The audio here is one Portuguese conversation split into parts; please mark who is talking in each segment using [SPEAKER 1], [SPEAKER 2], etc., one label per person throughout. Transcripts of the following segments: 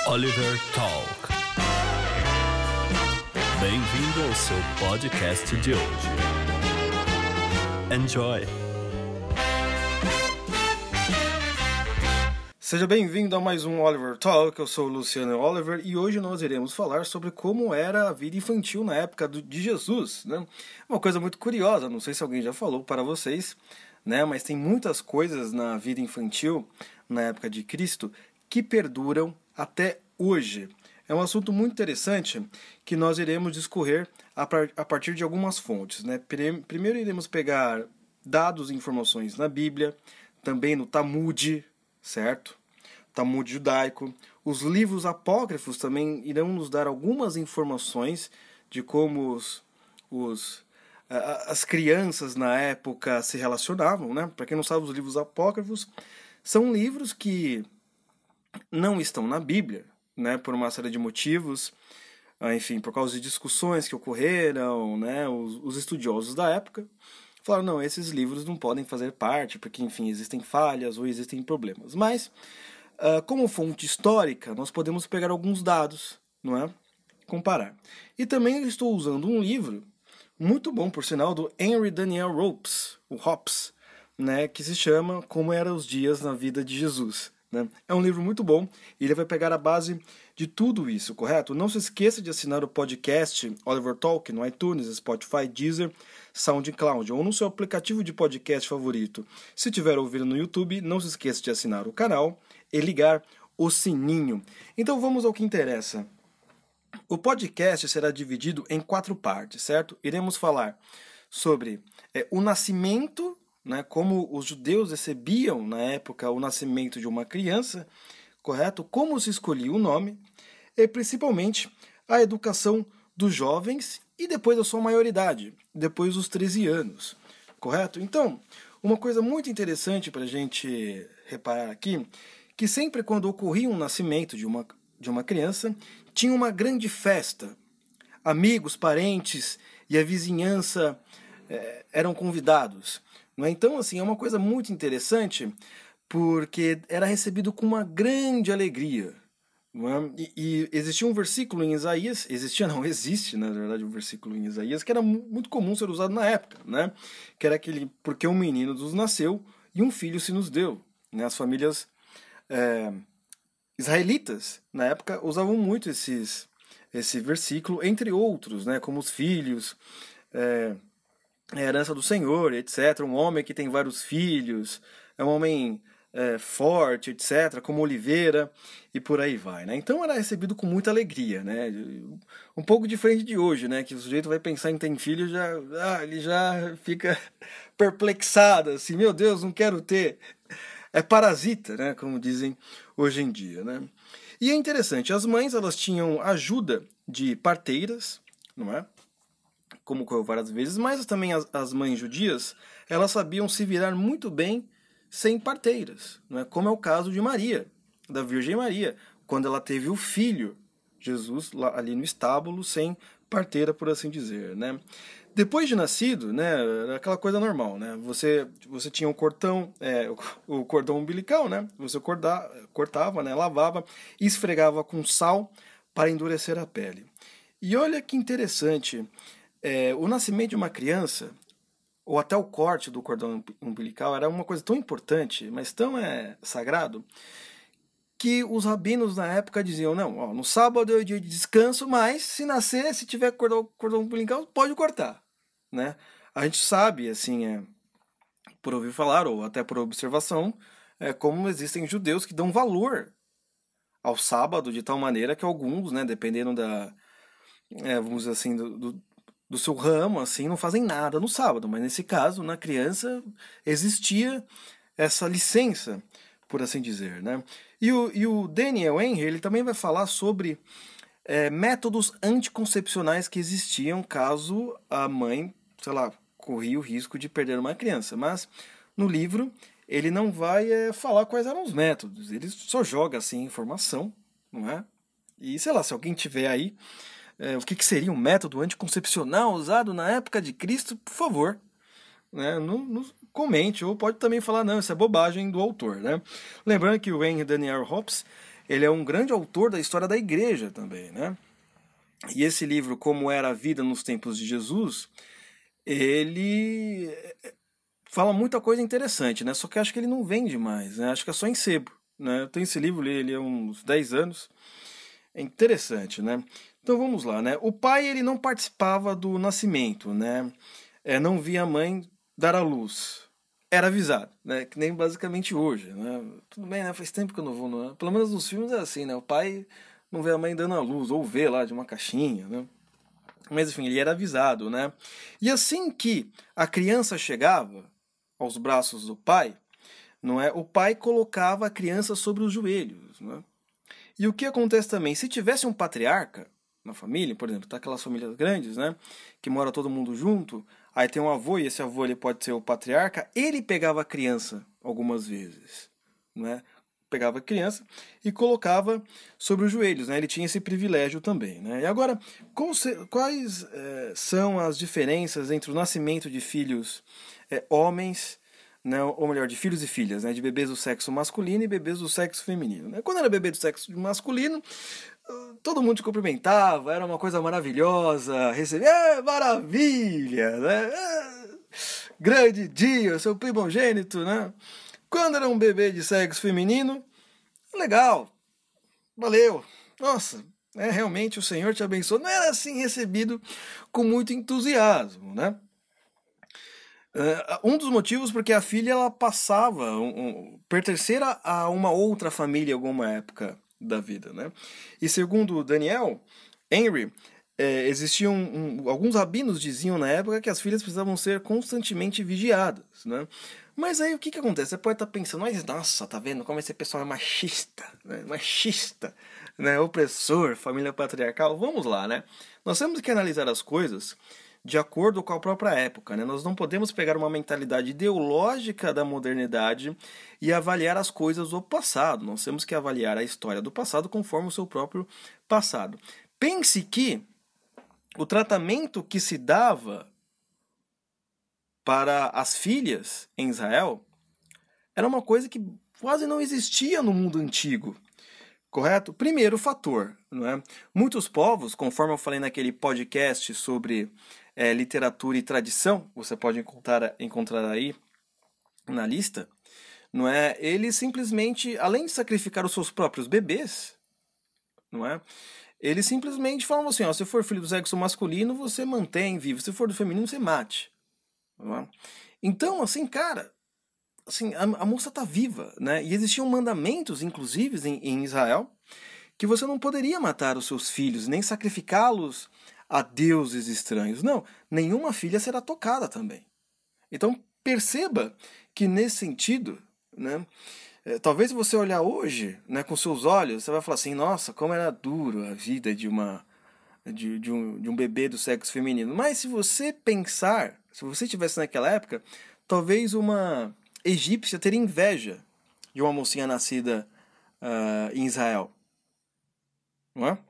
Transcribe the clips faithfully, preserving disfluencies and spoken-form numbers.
[SPEAKER 1] Oliver Talk. Bem-vindo ao seu podcast de hoje. Enjoy!
[SPEAKER 2] Seja bem-vindo a mais um Oliver Talk, eu sou o Luciano Oliver e hoje nós iremos falar sobre como era a vida infantil na época do, de Jesus, né? Uma coisa muito curiosa, não sei se alguém já falou para vocês, né? Mas tem muitas coisas na vida infantil, na época de Cristo, que perduram até hoje. É um assunto muito interessante que nós iremos discorrer a, par- a partir de algumas fontes, né? Primeiro iremos pegar dados e informações na Bíblia, também no Talmud, certo? Talmud judaico. Os livros apócrifos também irão nos dar algumas informações de como os, os, as crianças na época se relacionavam, né? Para quem não sabe, os livros apócrifos são livros que não estão na Bíblia, né? Por uma série de motivos, enfim, por causa de discussões que ocorreram, né? Os, os estudiosos da época falaram, não, esses livros não podem fazer parte, porque, enfim, existem falhas ou existem problemas. Mas, uh, como fonte histórica, nós podemos pegar alguns dados, não é? Comparar. E também eu estou usando um livro, muito bom, por sinal, do Henry Daniel Ropes, o Hops, né? Que se chama Como Eram os Dias na Vida de Jesus. Né? É um livro muito bom e ele vai pegar a base de tudo isso, correto? Não se esqueça de assinar o podcast Oliver Talk no iTunes, Spotify, Deezer, SoundCloud ou no seu aplicativo de podcast favorito. Se estiver ouvindo no YouTube, não se esqueça de assinar o canal e ligar o sininho. Então vamos ao que interessa. O podcast será dividido em quatro partes, certo? Iremos falar sobre é, o nascimento, né, como os judeus recebiam na época o nascimento de uma criança, correto? Como se escolhia o nome e principalmente a educação dos jovens e depois a sua maioridade, depois dos treze anos, correto? Então, uma coisa muito interessante para a gente reparar aqui, que sempre quando ocorria um nascimento de uma, de uma criança, tinha uma grande festa. Amigos, parentes e a vizinhança eh, eram convidados. Então, assim, é uma coisa muito interessante, porque era recebido com uma grande alegria. Não é? e, e existia um versículo em Isaías, existia não, existe, na verdade, um versículo em Isaías, que era muito comum ser usado na época, né? Que era aquele, porque um menino nos nasceu e um filho se nos deu. Né? As famílias é, israelitas, na época, usavam muito esses, esse versículo, entre outros, né? Como os filhos... É, a herança do Senhor, etcétera. Um homem que tem vários filhos, é um homem é, forte, etcétera, como oliveira, e por aí vai, né? Então era recebido com muita alegria, né? Um pouco diferente de hoje, né? Que o sujeito vai pensar em ter filho, já, ah, ele já fica perplexado, assim, meu Deus, não quero ter. É parasita, né? Como dizem hoje em dia, né? E é interessante, as mães, elas tinham ajuda de parteiras, não é? Como ocorreu várias vezes, mas também as, as mães judias, elas sabiam se virar muito bem sem parteiras, não é? Como é o caso de Maria, da Virgem Maria, quando ela teve o filho, Jesus, lá, ali no estábulo, sem parteira, por assim dizer, né? Depois de nascido, né, era aquela coisa normal, né? Você, você tinha um cordão, é, o, o cordão umbilical, né? Você corda, cortava, né, lavava e esfregava com sal para endurecer a pele. E olha que interessante... É, o nascimento de uma criança, ou até o corte do cordão umbilical, era uma coisa tão importante, mas tão é, sagrado, que os rabinos na época diziam, não, ó, no sábado é o dia de descanso, mas se nascer, se tiver cordão, cordão umbilical, pode cortar. Né? A gente sabe, assim, é, por ouvir falar, ou até por observação, é, como existem judeus que dão valor ao sábado de tal maneira que alguns, né, dependendo da, é, vamos dizer assim, do, do do seu ramo, assim, não fazem nada no sábado, mas nesse caso, na criança, existia essa licença, por assim dizer, né? E o, e o Daniel Henry, ele também vai falar sobre é, métodos anticoncepcionais que existiam caso a mãe, sei lá, corria o risco de perder uma criança, mas no livro ele não vai é, falar quais eram os métodos, ele só joga, assim, informação, não é? E, sei lá, se alguém tiver aí É, o que, que seria um método anticoncepcional usado na época de Cristo, por favor, né, não, não comente, ou pode também falar, não, isso é bobagem do autor. Né? Lembrando que o Henry Daniel Ropes, ele é um grande autor da história da igreja também, né? E esse livro, Como Era a Vida nos Tempos de Jesus, ele fala muita coisa interessante, né? Só que acho que ele não vende mais, né? Acho que é só em sebo, né? Eu tenho esse livro, li ele há uns dez anos. É interessante, né? Então vamos lá, né? O pai, ele não participava do nascimento, né? É, não via a mãe dar à luz. Era avisado, né? Que nem basicamente hoje, né? Tudo bem, né? Faz tempo que eu não vou, no... pelo menos nos filmes é assim, né? O pai não vê a mãe dando à luz, ou vê lá de uma caixinha, né? Mas enfim, ele era avisado, né? E assim que a criança chegava aos braços do pai, não é? O pai colocava a criança sobre os joelhos, né? E o que acontece também, se tivesse um patriarca na família, por exemplo, tá aquelas famílias grandes, né, que mora todo mundo junto, aí tem um avô e esse avô ele pode ser o patriarca, ele pegava a criança algumas vezes, né? Pegava a criança e colocava sobre os joelhos, né? Ele tinha esse privilégio também, né? E agora, quais é, são as diferenças entre o nascimento de filhos é, homens, né, ou melhor, de filhos e filhas, né, de bebês do sexo masculino e bebês do sexo feminino, né? Quando era bebê do sexo masculino, todo mundo te cumprimentava, era uma coisa maravilhosa, recebia, é, maravilha, né? É, grande dia, seu primogênito, né? Quando era um bebê de sexo feminino, legal, valeu, nossa, é, realmente o Senhor te abençoou. Não era assim recebido com muito entusiasmo, né? Uh, um dos motivos porque a filha ela passava um, um, pertencer a, a uma outra família em alguma época da vida, né? E segundo Daniel Henry, é, existiam um, alguns rabinos diziam na época que as filhas precisavam ser constantemente vigiadas, né? Mas aí o que que acontece? Você pode estar pensando, mas nossa, tá vendo como esse pessoal é machista, né? Machista, né? Opressor, família patriarcal. Vamos lá, né? Nós temos que analisar as coisas de acordo com a própria época, né? Nós não podemos pegar uma mentalidade ideológica da modernidade e avaliar as coisas do passado. Nós temos que avaliar a história do passado conforme o seu próprio passado. Pense que o tratamento que se dava para as filhas em Israel era uma coisa que quase não existia no mundo antigo. Correto? Primeiro fator, não é? Muitos povos, conforme eu falei naquele podcast sobre é, literatura e tradição, você pode encontrar, encontrar aí na lista, não é? Eles simplesmente, além de sacrificar os seus próprios bebês, não é? Eles simplesmente falam assim, ó, se for filho do sexo masculino, você mantém vivo, se for do feminino, você mate. Não é? Então, assim, cara, assim, a, a moça tá viva, né? E existiam mandamentos, inclusive, em, em Israel, que você não poderia matar os seus filhos, nem sacrificá-los a deuses estranhos. Não, nenhuma filha será tocada também. Então, perceba que nesse sentido, né, é, talvez se você olhar hoje, né, com seus olhos, você vai falar assim, nossa, como era duro a vida de uma de, de, um, de um bebê do sexo feminino. Mas se você pensar, se você estivesse naquela época, talvez uma egípcia teria inveja de uma mocinha nascida uh, em Israel. Não é?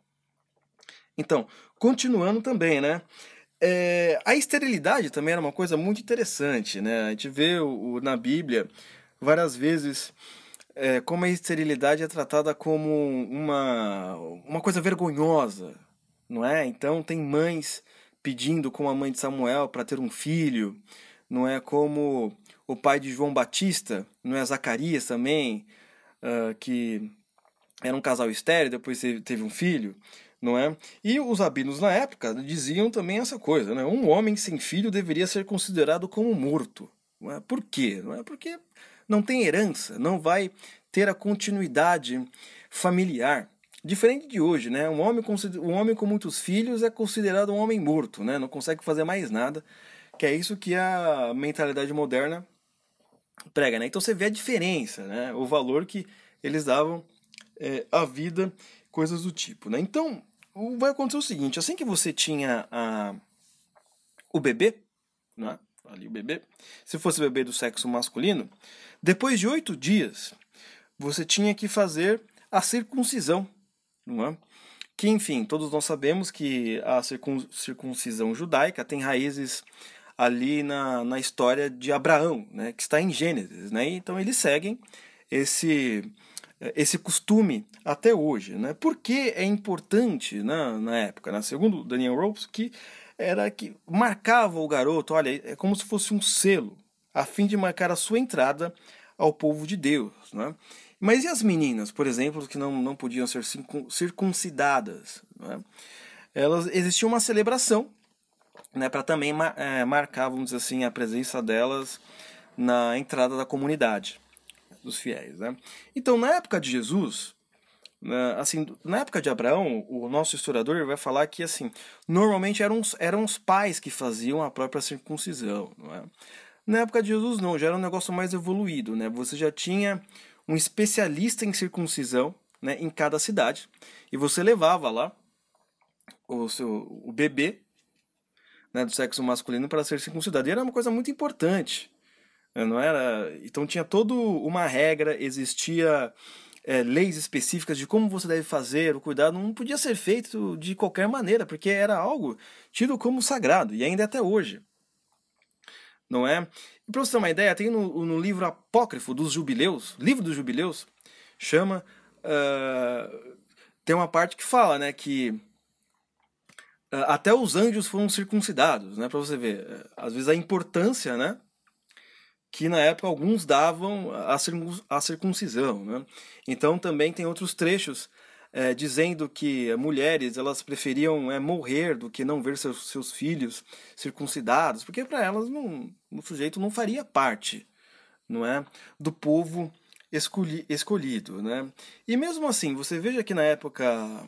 [SPEAKER 2] Então, continuando também, né? É, a esterilidade também era uma coisa muito interessante, né? A gente vê o, o, na Bíblia várias vezes é, como a esterilidade é tratada como uma, uma coisa vergonhosa, não é? Então tem mães pedindo, como a mãe de Samuel, para ter um filho, não é? Como o pai de João Batista, não é? Zacarias também, uh, que era um casal estéril, depois teve um filho, não é? E os rabinos na época diziam também essa coisa, né? Um homem sem filho deveria ser considerado como morto. Não é? Por quê? Não é porque não tem herança, não vai ter a continuidade familiar. Diferente de hoje, né? Um homem, um homem com muitos filhos é considerado um homem morto, né? Não consegue fazer mais nada, que é isso que a mentalidade moderna prega, né? Então você vê a diferença, né? O valor que eles davam é, à vida, coisas do tipo, né? Então, vai acontecer o seguinte, assim que você tinha a, o bebê, né? Ali o bebê, se fosse bebê do sexo masculino, depois de oito dias, você tinha que fazer a circuncisão, não é? Que, enfim, todos nós sabemos que a circuncisão judaica tem raízes ali na, na história de Abraão, né? Que está em Gênesis, né? Então eles seguem esse, esse costume até hoje, né? Por que é importante, né, na época, né? Segundo Daniel Ropes, que era que marcava o garoto, olha, é como se fosse um selo, a fim de marcar a sua entrada ao povo de Deus, né? Mas e as meninas, por exemplo, que não, não podiam ser circuncidadas, né? Elas, existia uma celebração, né, para também é, marcar, vamos dizer assim, a presença delas na entrada da comunidade dos fiéis, né? Então, na época de Jesus, né, assim, na época de Abraão, o nosso historiador vai falar que, assim, normalmente eram os, eram os pais que faziam a própria circuncisão, não é? Na época de Jesus, não, já era um negócio mais evoluído, né? Você já tinha um especialista em circuncisão, né, em cada cidade, e você levava lá o seu o bebê, né, do sexo masculino para ser circuncidado. E era uma coisa muito importante, né, não era? Então tinha toda uma regra, existia é, leis específicas de como você deve fazer, o cuidado não podia ser feito de qualquer maneira, porque era algo tido como sagrado, e ainda é até hoje. Não é? E para você ter uma ideia, tem no, no livro apócrifo dos Jubileus, livro dos Jubileus, chama... Uh, tem uma parte que fala, né, que uh, até os anjos foram circuncidados, né, para você ver, uh, às vezes a importância, né, que na época alguns davam à circuncisão, né? Então também tem outros trechos é, dizendo que mulheres elas preferiam é, morrer do que não ver seus, seus filhos circuncidados, porque para elas não, o sujeito não faria parte, não é, do povo escolhi, escolhido, né? E mesmo assim, você veja que na época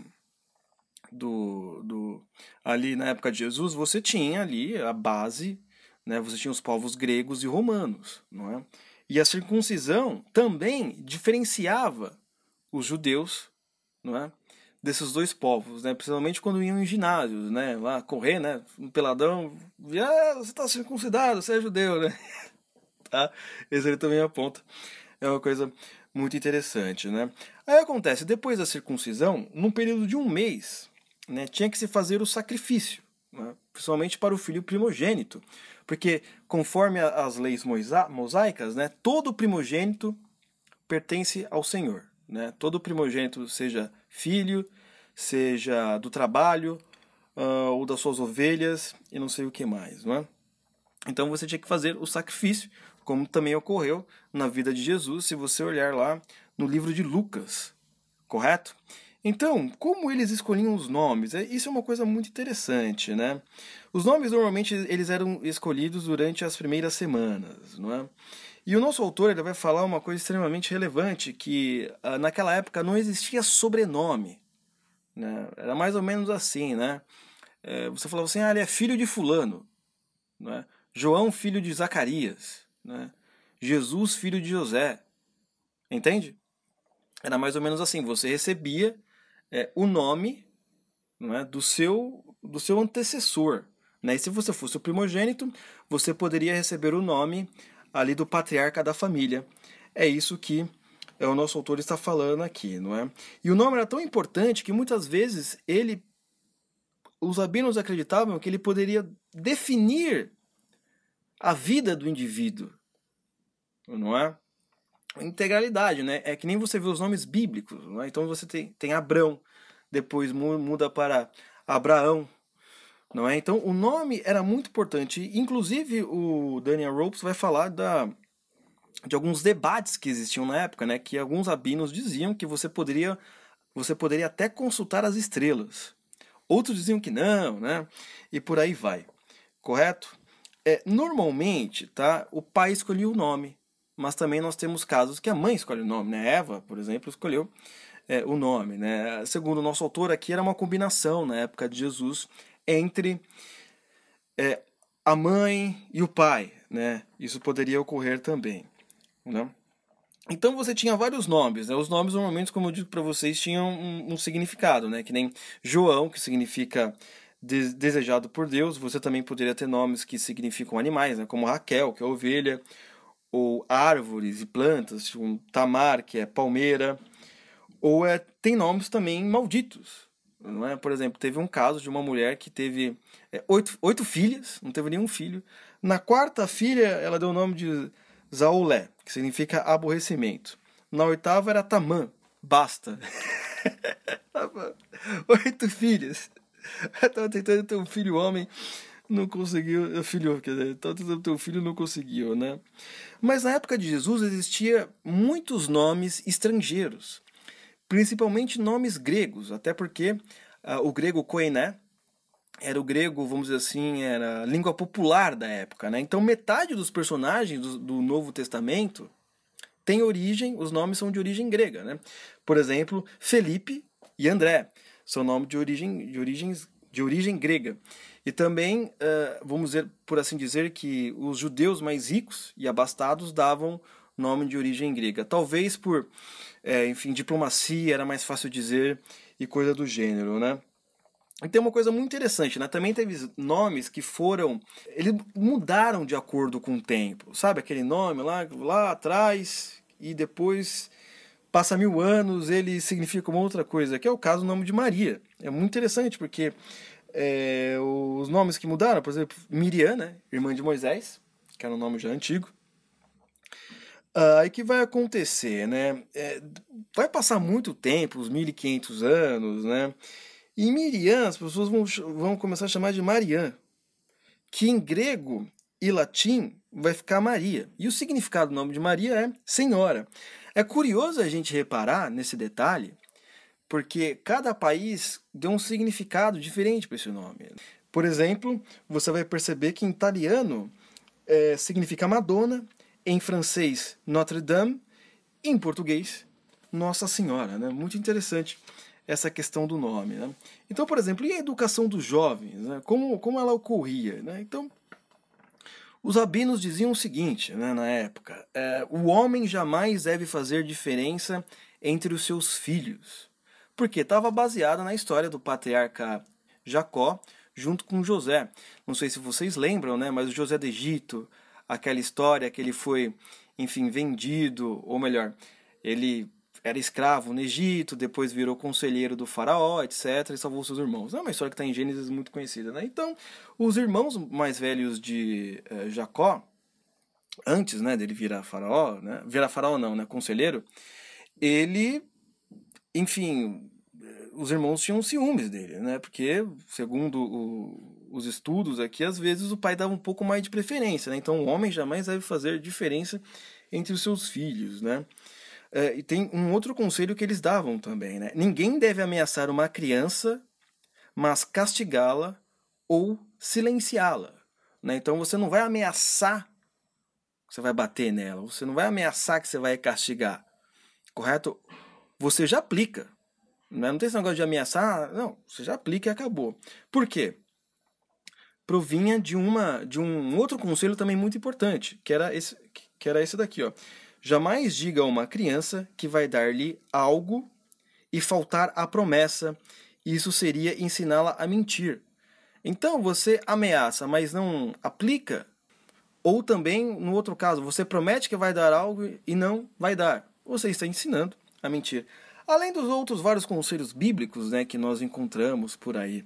[SPEAKER 2] do, do ali na época de Jesus, você tinha ali a base, né? Você tinha os povos gregos e romanos, não é? E a circuncisão também diferenciava os judeus, não é, desses dois povos, né? Principalmente quando iam em ginásios, né? Lá correr, né? Um peladão, ah, você está circuncidado, você é judeu, né? Tá? Esse ele também aponta. É uma coisa muito interessante, né? Aí acontece, depois da circuncisão, num período de um mês, né, tinha que se fazer o sacrifício, né? Principalmente para o filho primogênito, porque conforme as leis mosaicas, né, todo primogênito pertence ao Senhor, né? Todo primogênito, seja filho, seja do trabalho, uh, ou das suas ovelhas, e não sei o que mais, não é? Então você tinha que fazer o sacrifício, como também ocorreu na vida de Jesus, se você olhar lá no livro de Lucas, correto? Então, como eles escolhiam os nomes? Isso é uma coisa muito interessante, né? Os nomes, normalmente, eles eram escolhidos durante as primeiras semanas, não é? E o nosso autor ele vai falar uma coisa extremamente relevante, que ah, naquela época não existia sobrenome, né? Era mais ou menos assim, né? É, você falava assim, ah, ele é filho de fulano, né? João, filho de Zacarias, né? Jesus, filho de José, entende? Era mais ou menos assim, você recebia é, o nome, não é, do seu, do seu antecessor, né? E se você fosse o primogênito, você poderia receber o nome ali do patriarca da família. É isso que é, o nosso autor está falando aqui, não é? E o nome era tão importante que muitas vezes ele, os rabinos acreditavam que ele poderia definir a vida do indivíduo, não é? Integralidade, né? É que nem você vê os nomes bíblicos, não é? Então você tem, tem Abrão, depois muda para Abraão, não é? Então o nome era muito importante. Inclusive o Daniel Ropes vai falar da, de alguns debates que existiam na época, né? Que alguns rabinos diziam que você poderia, você poderia até consultar as estrelas. Outros diziam que não, né? E por aí vai, correto? É, normalmente, tá? O pai escolhia o nome. Mas também nós temos casos que a mãe escolhe o nome, né? Eva, por exemplo, escolheu é, o nome, né? Segundo o nosso autor aqui, era uma combinação, na época de Jesus, entre é, a mãe e o pai, né? Isso poderia ocorrer também, né? Então você tinha vários nomes, né? Os nomes normalmente, como eu digo para vocês, tinham um, um significado, né? Que nem João, que significa de, desejado por Deus. Você também poderia ter nomes que significam animais, né? Como Raquel, que é ovelha, ou árvores e plantas, tipo Tamar, que é palmeira, ou é, tem nomes também malditos, não é? Por exemplo, teve um caso de uma mulher que teve é, oito, oito filhas, não teve nenhum filho. Na quarta filha, ela deu o nome de Zaulé, que significa aborrecimento. Na oitava era Tamã, basta. Oito filhos. Estava tentando ter um filho homem, não conseguiu. Filho, quer dizer, estava tentando ter um filho, não conseguiu, né? Mas na época de Jesus existia muitos nomes estrangeiros, principalmente nomes gregos, até porque uh, o grego koiné era o grego, vamos dizer assim, era a língua popular da época, né? Então metade dos personagens do, do Novo Testamento tem origem, os nomes são de origem grega, né? Por exemplo, Felipe e André são nomes de origem, de origens, de origem grega. E também, uh, vamos dizer, por assim dizer, que os judeus mais ricos e abastados davam nome de origem grega. Talvez por, é, enfim, diplomacia, era mais fácil dizer, e coisa do gênero, né? E tem uma coisa muito interessante, né? Também teve nomes que foram... Eles mudaram de acordo com o tempo. Sabe aquele nome lá, lá atrás, e depois... Passa mil anos, ele significa uma outra coisa, que é o caso do nome de Maria. É muito interessante, porque é, os nomes que mudaram, por exemplo, Miriam, né, irmã de Moisés, que era um nome já antigo. Aí ah, que vai acontecer, né? É, vai passar muito tempo, uns mil e quinhentos anos, né? E Miriam, as pessoas vão, vão começar a chamar de Mariã, que em grego e latim vai ficar Maria. E o significado do nome de Maria é senhora. É curioso a gente reparar nesse detalhe, porque cada país deu um significado diferente para esse nome. Por exemplo, você vai perceber que em italiano é, significa Madonna, em francês Notre Dame, e em português Nossa Senhora, né? Muito interessante essa questão do nome, né? Então, por exemplo, e a educação dos jovens, né? Como, como ela ocorria, né? Então, os rabinos diziam o seguinte, né, na época, é, o homem jamais deve fazer diferença entre os seus filhos, porque estava baseada na história do patriarca Jacó junto com José. Não sei se vocês lembram, né, mas o José do Egito, aquela história que ele foi, enfim, vendido, ou melhor, ele era escravo no Egito, depois virou conselheiro do faraó, etcétera, e salvou seus irmãos. É uma história que está em Gênesis muito conhecida, né? Então, os irmãos mais velhos de eh, Jacó, antes, né, dele virar faraó, né, virar faraó não, né, conselheiro, ele, enfim, os irmãos tinham ciúmes dele, né? Porque, segundo o, os estudos aqui, às vezes o pai dava um pouco mais de preferência, né? Então, o homem jamais deve fazer diferença entre os seus filhos, né? Uh, e tem um outro conselho que eles davam também, né? Ninguém deve ameaçar uma criança, mas castigá-la ou silenciá-la, né? Então você não vai ameaçar que você vai bater nela, você não vai ameaçar que você vai castigar, correto? Você já aplica, né? Não tem esse negócio de ameaçar, não, você já aplica e acabou. Por quê? Provinha de, uma, de um outro conselho também muito importante, que era esse, que era esse daqui, ó. Jamais diga a uma criança que vai dar-lhe algo e faltar à promessa, isso seria ensiná-la a mentir. Então você ameaça, mas não aplica, ou também, no outro caso, você promete que vai dar algo e não vai dar. Você está ensinando a mentir. Além dos outros vários conselhos bíblicos, né, que nós encontramos por aí.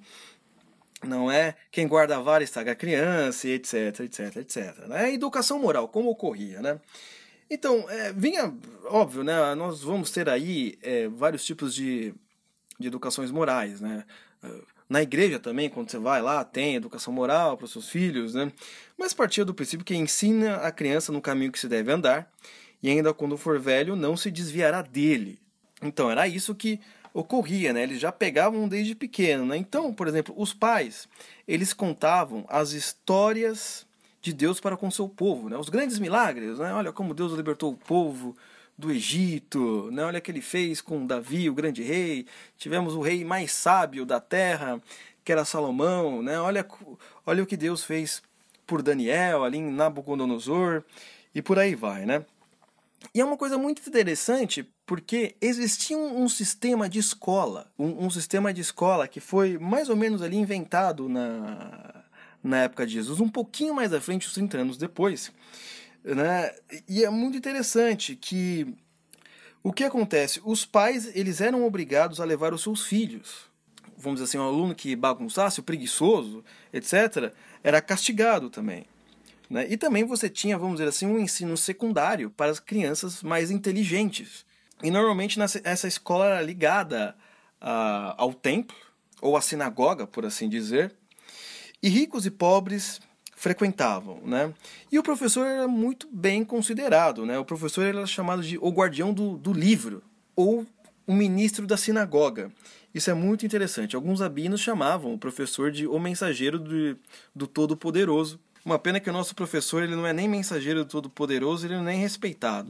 [SPEAKER 2] Não é quem guarda a vara estraga a criança, etc, etc, etcétera. Né? Educação moral, como ocorria, né? Então, é, vinha, óbvio, né, nós vamos ter aí é, vários tipos de, de educações morais, né? Na igreja também, quando você vai lá, tem educação moral para os seus filhos, né? Mas partia do princípio que ensina a criança no caminho que se deve andar, e ainda quando for velho, não se desviará dele. Então, era isso que ocorria, né? Eles já pegavam desde pequeno, né? Então, por exemplo, os pais, eles contavam as histórias de Deus para com seu povo, né? Os grandes milagres, né? Olha como Deus libertou o povo do Egito, né? Olha o que ele fez com Davi, o grande rei. Tivemos o rei mais sábio da terra, que era Salomão, né? Olha, olha o que Deus fez por Daniel, ali em Nabucodonosor, e por aí vai, né? E é uma coisa muito interessante, porque existia um, um sistema de escola, um, um sistema de escola que foi mais ou menos ali inventado na... na época de Jesus, um pouquinho mais à frente, uns trinta anos depois, né? E é muito interessante que o que acontece? Os pais, eles eram obrigados a levar os seus filhos. Vamos dizer assim, um aluno que bagunçasse, o preguiçoso, etcétera, era castigado também, né? E também você tinha, vamos dizer assim, um ensino secundário para as crianças mais inteligentes. E normalmente nessa, essa escola era ligada a, ao templo, ou à sinagoga, por assim dizer, e ricos e pobres frequentavam, né? E o professor era muito bem considerado, né? O professor era chamado de o guardião do, do livro, ou o ministro da sinagoga. Isso é muito interessante. Alguns rabinos chamavam o professor de o mensageiro do, do Todo-Poderoso. Uma pena que o nosso professor ele não é nem mensageiro do Todo-Poderoso, ele não é nem respeitado.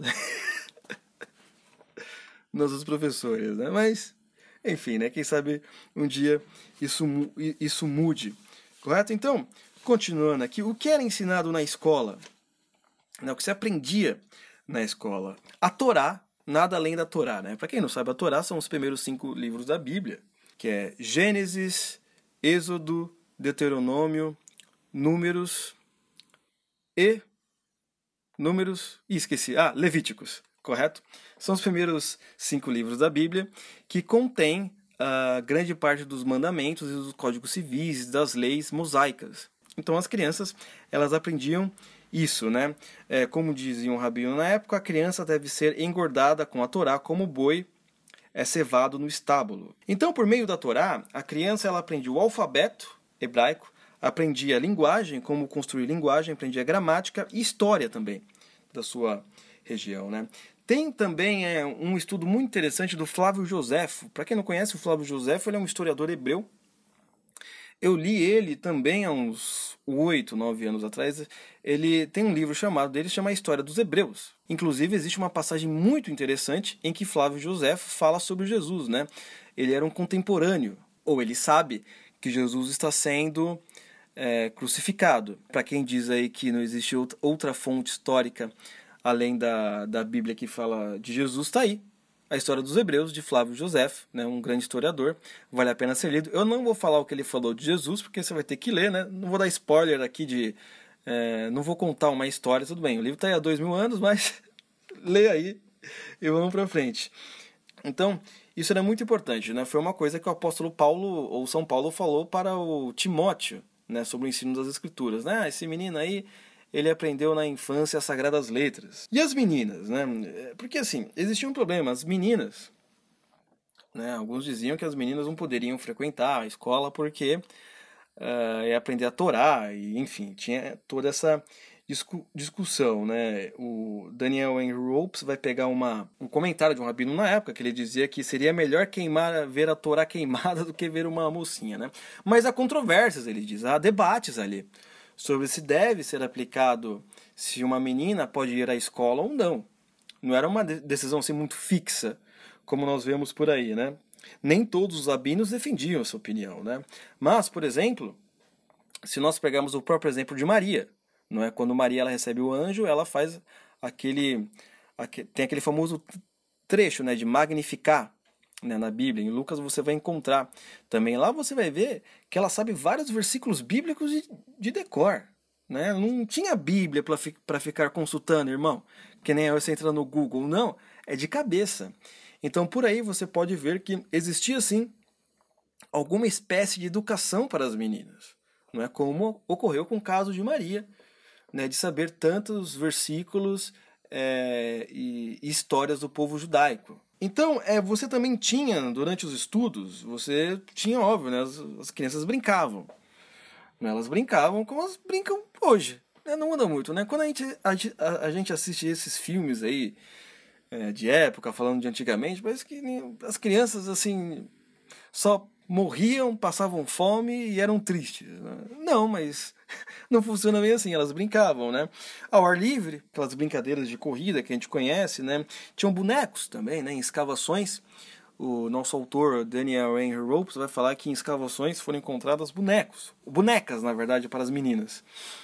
[SPEAKER 2] Nossos professores, né? Mas, enfim, né? Quem sabe um dia isso, isso mude. Correto? Então, continuando aqui, o que era ensinado na escola? Né? O que se aprendia na escola? A Torá, nada além da Torá, né? Para quem não sabe, a Torá são os primeiros cinco livros da Bíblia, que é Gênesis, Êxodo, Deuteronômio, Números e... Números... Ih, esqueci. Ah, Levíticos, correto? São os primeiros cinco livros da Bíblia que contêm a grande parte dos mandamentos e dos códigos civis, das leis mosaicas. Então as crianças, elas aprendiam isso, né? É, como dizia um rabino na época, a criança deve ser engordada com a Torá como o boi é cevado no estábulo. Então, por meio da Torá, a criança ela aprendia o alfabeto hebraico, aprendia a linguagem, como construir linguagem, aprendia a gramática e história também da sua região, né? Tem também é, um estudo muito interessante do Flávio Joséfo. Para quem não conhece o Flávio Joséfo, ele é um historiador hebreu. Eu li ele também há uns oito, nove anos atrás. Ele tem um livro chamado dele, chama A História dos Hebreus. Inclusive, existe uma passagem muito interessante em que Flávio Joséfo fala sobre Jesus, né? Ele era um contemporâneo, ou ele sabe que Jesus está sendo é, crucificado. Para quem diz aí que não existe outra fonte histórica além da, da Bíblia que fala de Jesus, está aí. A História dos Hebreus, de Flávio Joséfo, né, um grande historiador. Vale a pena ser lido. Eu não vou falar o que ele falou de Jesus, porque você vai ter que ler, né? Não vou dar spoiler aqui de... É, não vou contar uma história, tudo bem. O livro está aí há dois mil anos, mas lê aí e vamos para frente. Então, isso era muito importante, né? Foi uma coisa que o apóstolo Paulo, ou São Paulo, falou para o Timóteo, né, sobre o ensino das Escrituras. Né? Ah, esse menino aí... ele aprendeu na infância as sagradas letras. E as meninas, né? Porque assim, existia um problema. As meninas, né? Alguns diziam que as meninas não poderiam frequentar a escola porque uh, ia aprender a Torá, e enfim, tinha toda essa discu- discussão, né? O Daniel Henry Ropes vai pegar uma, um comentário de um rabino na época que ele dizia que seria melhor queimar, ver a Torá queimada do que ver uma mocinha, né? Mas há controvérsias, ele diz, há debates ali sobre se deve ser aplicado, se uma menina pode ir à escola ou não. Não era uma decisão assim muito fixa, como nós vemos por aí, né? Nem todos os rabinos defendiam essa opinião, né? Mas, por exemplo, se nós pegarmos o próprio exemplo de Maria, não é? Quando Maria ela recebe o anjo, ela faz aquele, aquele tem aquele famoso trecho, né, de magnificar, né, na Bíblia. Em Lucas você vai encontrar também. Lá você vai ver que ela sabe vários versículos bíblicos de, de decor, né? Não tinha Bíblia para fi, ficar consultando, irmão, que nem você entra no Google, não, é de cabeça. Então por aí você pode ver que existia sim alguma espécie de educação para as meninas, não é? Como ocorreu com o caso de Maria, né, de saber tantos versículos é, e, e histórias do povo judaico. Então, é, você também tinha, durante os estudos, você tinha, óbvio, né, as, as crianças brincavam. Né, elas brincavam como elas brincam hoje. Né, não muda muito, né? Quando a gente, a, a gente assiste esses filmes aí, é, de época, falando de antigamente, parece que as crianças, assim, só morriam, passavam fome e eram tristes. Né? Não, mas não funciona bem assim, elas brincavam, né? Ao ar livre, aquelas brincadeiras de corrida que a gente conhece, né? Tinham bonecos também, né? Em escavações, o nosso autor Daniel Henry Ropes vai falar que em escavações foram encontradas bonecos, bonecas, na verdade, para as meninas.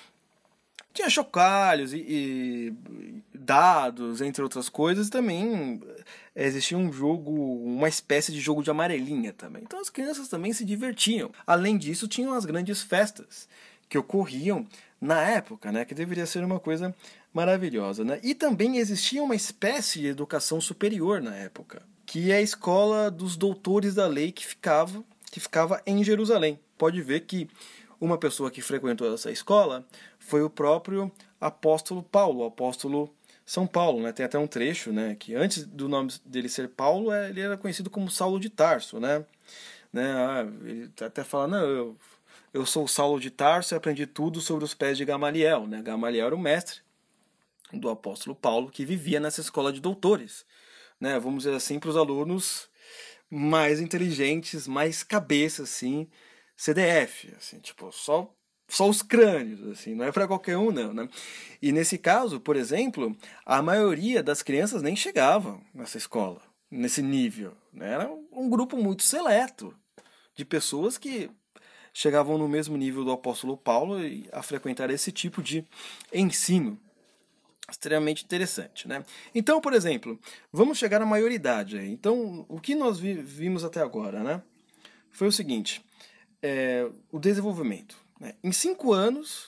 [SPEAKER 2] Tinha chocalhos e, e dados, entre outras coisas, também existia um jogo, uma espécie de jogo de amarelinha também. Então as crianças também se divertiam. Além disso, tinham as grandes festas que ocorriam na época, né, que deveria ser uma coisa maravilhosa, né? E também existia uma espécie de educação superior na época, que é a escola dos doutores da lei que ficava, que ficava em Jerusalém. Pode ver que uma pessoa que frequentou essa escola foi o próprio apóstolo Paulo, o apóstolo São Paulo, né? Tem até um trecho, né? Que antes do nome dele ser Paulo, ele era conhecido como Saulo de Tarso, né? né? Ah, ele até fala, não, eu, eu sou Saulo de Tarso e aprendi tudo sobre os pés de Gamaliel, né? Gamaliel era o mestre do apóstolo Paulo, que vivia nessa escola de doutores, né? Vamos dizer assim, para os alunos mais inteligentes, mais cabeça, assim, C D F, assim, tipo, só, só os crânios, assim, não é para qualquer um, não, né? E nesse caso, por exemplo, a maioria das crianças nem chegavam nessa escola, nesse nível, né? Era um grupo muito seleto de pessoas que chegavam no mesmo nível do apóstolo Paulo e a frequentar esse tipo de ensino. Extremamente interessante, né? Então, por exemplo, vamos chegar à maioridade. Então, o que nós vi, vimos até agora, né? Foi o seguinte, é, o desenvolvimento. Né? Em cinco anos,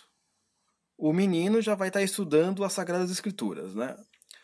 [SPEAKER 2] o menino já vai estar estudando as Sagradas Escrituras, né?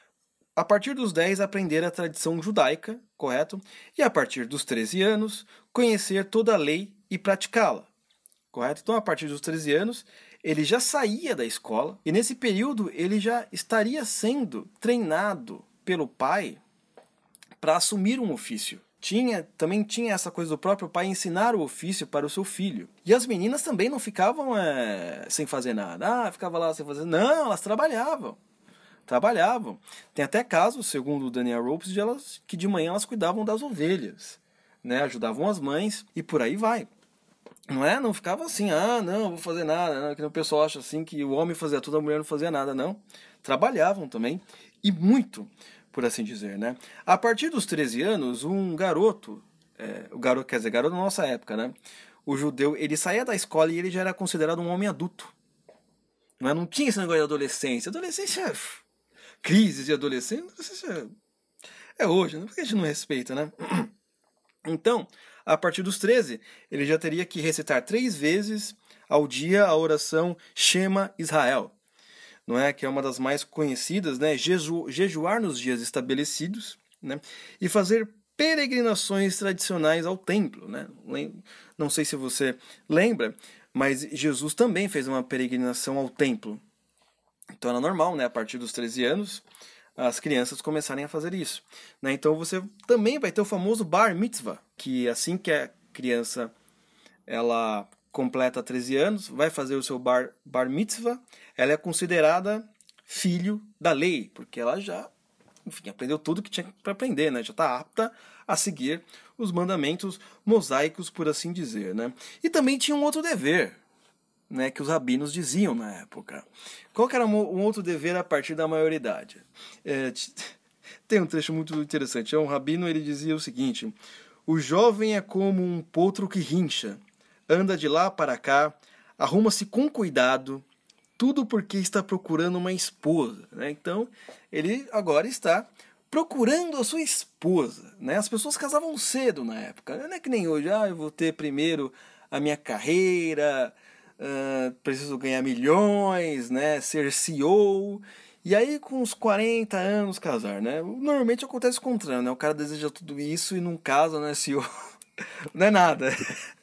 [SPEAKER 2] A partir dos dez, aprender a tradição judaica, correto? E a partir dos treze anos, conhecer toda a lei e praticá-la, correto? Então, a partir dos treze anos, ele já saía da escola e nesse período ele já estaria sendo treinado pelo pai para assumir um ofício. Tinha, também tinha essa coisa do próprio pai ensinar o ofício para o seu filho. E as meninas também não ficavam é, sem fazer nada. Ah, ficava lá sem fazer nada. Não, elas trabalhavam. Trabalhavam. Tem até casos, segundo o Daniel Ropes, de elas, que de manhã elas cuidavam das ovelhas, né? Ajudavam as mães e por aí vai. Não é? Não ficava assim, ah, não, vou fazer nada, não, que o pessoal acha assim que o homem fazia tudo, a mulher não fazia nada, não. Trabalhavam também, e muito, por assim dizer, né? A partir dos treze anos, um garoto, é, o garoto, quer dizer, garoto da nossa época, né? O judeu, ele saía da escola e ele já era considerado um homem adulto. Não, é? Não tinha esse negócio de adolescência. Adolescência, crise de adolescência, adolescência é hoje, né? Porque a gente não respeita, né? Então, a partir dos treze, ele já teria que recitar três vezes ao dia a oração Shema Israel, não é? Que é uma das mais conhecidas, né? Jeju, jejuar nos dias estabelecidos, né? E fazer peregrinações tradicionais ao templo, né? Não sei se você lembra, mas Jesus também fez uma peregrinação ao templo. Então era normal, né? A partir dos treze anos, as crianças começarem a fazer isso, né? Então você também vai ter o famoso Bar Mitzvah, que assim que a criança ela completa treze anos, vai fazer o seu Bar, bar Mitzvah, ela é considerada filho da lei, porque ela já, enfim, aprendeu tudo que tinha para aprender, né? Já está apta a seguir os mandamentos mosaicos, por assim dizer, né? E também tinha um outro dever, né, que os rabinos diziam na época. Qual que era um outro dever a partir da maioridade? É, tem um trecho muito interessante. Um rabino ele dizia o seguinte: o jovem é como um potro que rincha, anda de lá para cá, arruma-se com cuidado, tudo porque está procurando uma esposa. Né? Então, ele agora está procurando a sua esposa. Né? As pessoas casavam cedo na época. Não é que nem hoje, ah, eu vou ter primeiro a minha carreira, Uh, preciso ganhar milhões, né, ser C E O, e aí com uns quarenta anos casar, né? Normalmente acontece o contrário, né? O cara deseja tudo isso e não casa, né, C E O. Não é nada.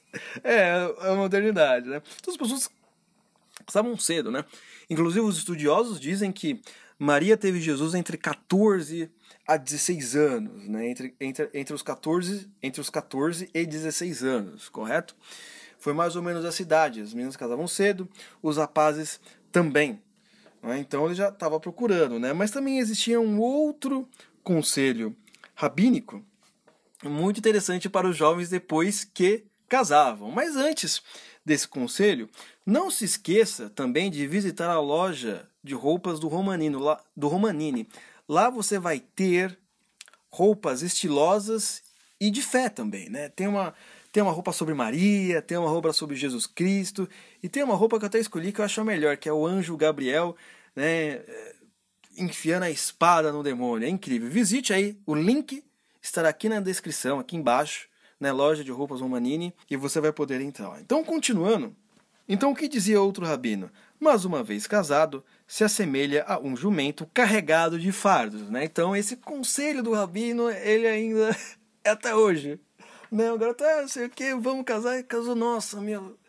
[SPEAKER 2] É, é a modernidade, né? Então as pessoas casavam cedo, né? Inclusive os estudiosos dizem que Maria teve Jesus entre catorze a dezesseis anos, né? Entre, entre, entre, os catorze, entre os catorze e dezesseis anos, correto? Foi mais ou menos essa idade. As meninas casavam cedo, os rapazes também. Né? Então ele já estava procurando. Né? Mas também existia um outro conselho rabínico muito interessante para os jovens depois que casavam. Mas antes desse conselho, não se esqueça também de visitar a loja de roupas do Romanino, lá, do Romanini. Lá você vai ter roupas estilosas e de fé também. Né? Tem uma... Tem uma roupa sobre Maria, tem uma roupa sobre Jesus Cristo, e tem uma roupa que eu até escolhi que eu acho a melhor, que é o anjo Gabriel, né, enfiando a espada no demônio. É incrível. Visite aí, o link estará aqui na descrição, aqui embaixo, né, loja de roupas Romanini, e você vai poder entrar. Então, continuando, então o que dizia outro rabino? Mas uma vez casado, se assemelha a um jumento carregado de fardos. Né? Então, esse conselho do rabino, ele ainda é até hoje. Não, agora tá, sei o que, vamos casar, e casou, nossa, meu,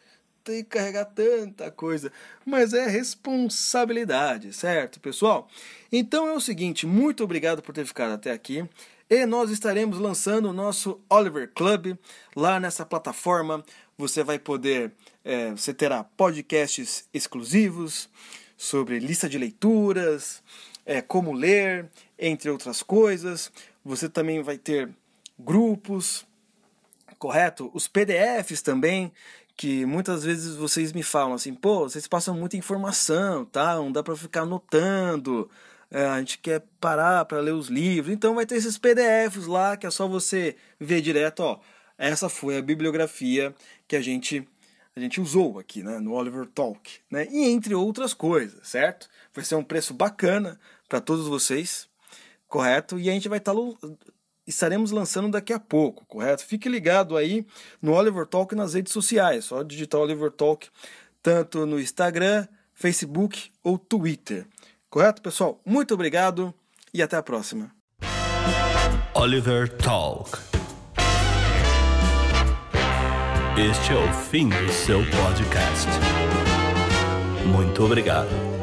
[SPEAKER 2] ter que carregar tanta coisa, mas é responsabilidade, certo, pessoal? Então é o seguinte, muito obrigado por ter ficado até aqui. E nós estaremos lançando o nosso Oliver Club lá nessa plataforma. Você vai poder, é, você terá podcasts exclusivos sobre lista de leituras, é, como ler, entre outras coisas. Você também vai ter grupos, correto? Os P D Fs também, que muitas vezes vocês me falam assim, pô, vocês passam muita informação, tá? Não dá para ficar anotando. É, a gente quer parar para ler os livros, então vai ter esses P D Fs lá que é só você ver direto, ó, essa foi a bibliografia que a gente, a gente usou aqui, né, no Oliver Talk, né, e entre outras coisas, certo? Vai ser um preço bacana para todos vocês, correto? E a gente vai estar, estaremos lançando daqui a pouco, correto? Fique ligado aí no Oliver Talk nas redes sociais, só digitar Oliver Talk tanto no Instagram, Facebook ou Twitter. Correto, pessoal? Muito obrigado e até a próxima.
[SPEAKER 1] Oliver Talk. Este é o fim do seu podcast. Muito obrigado.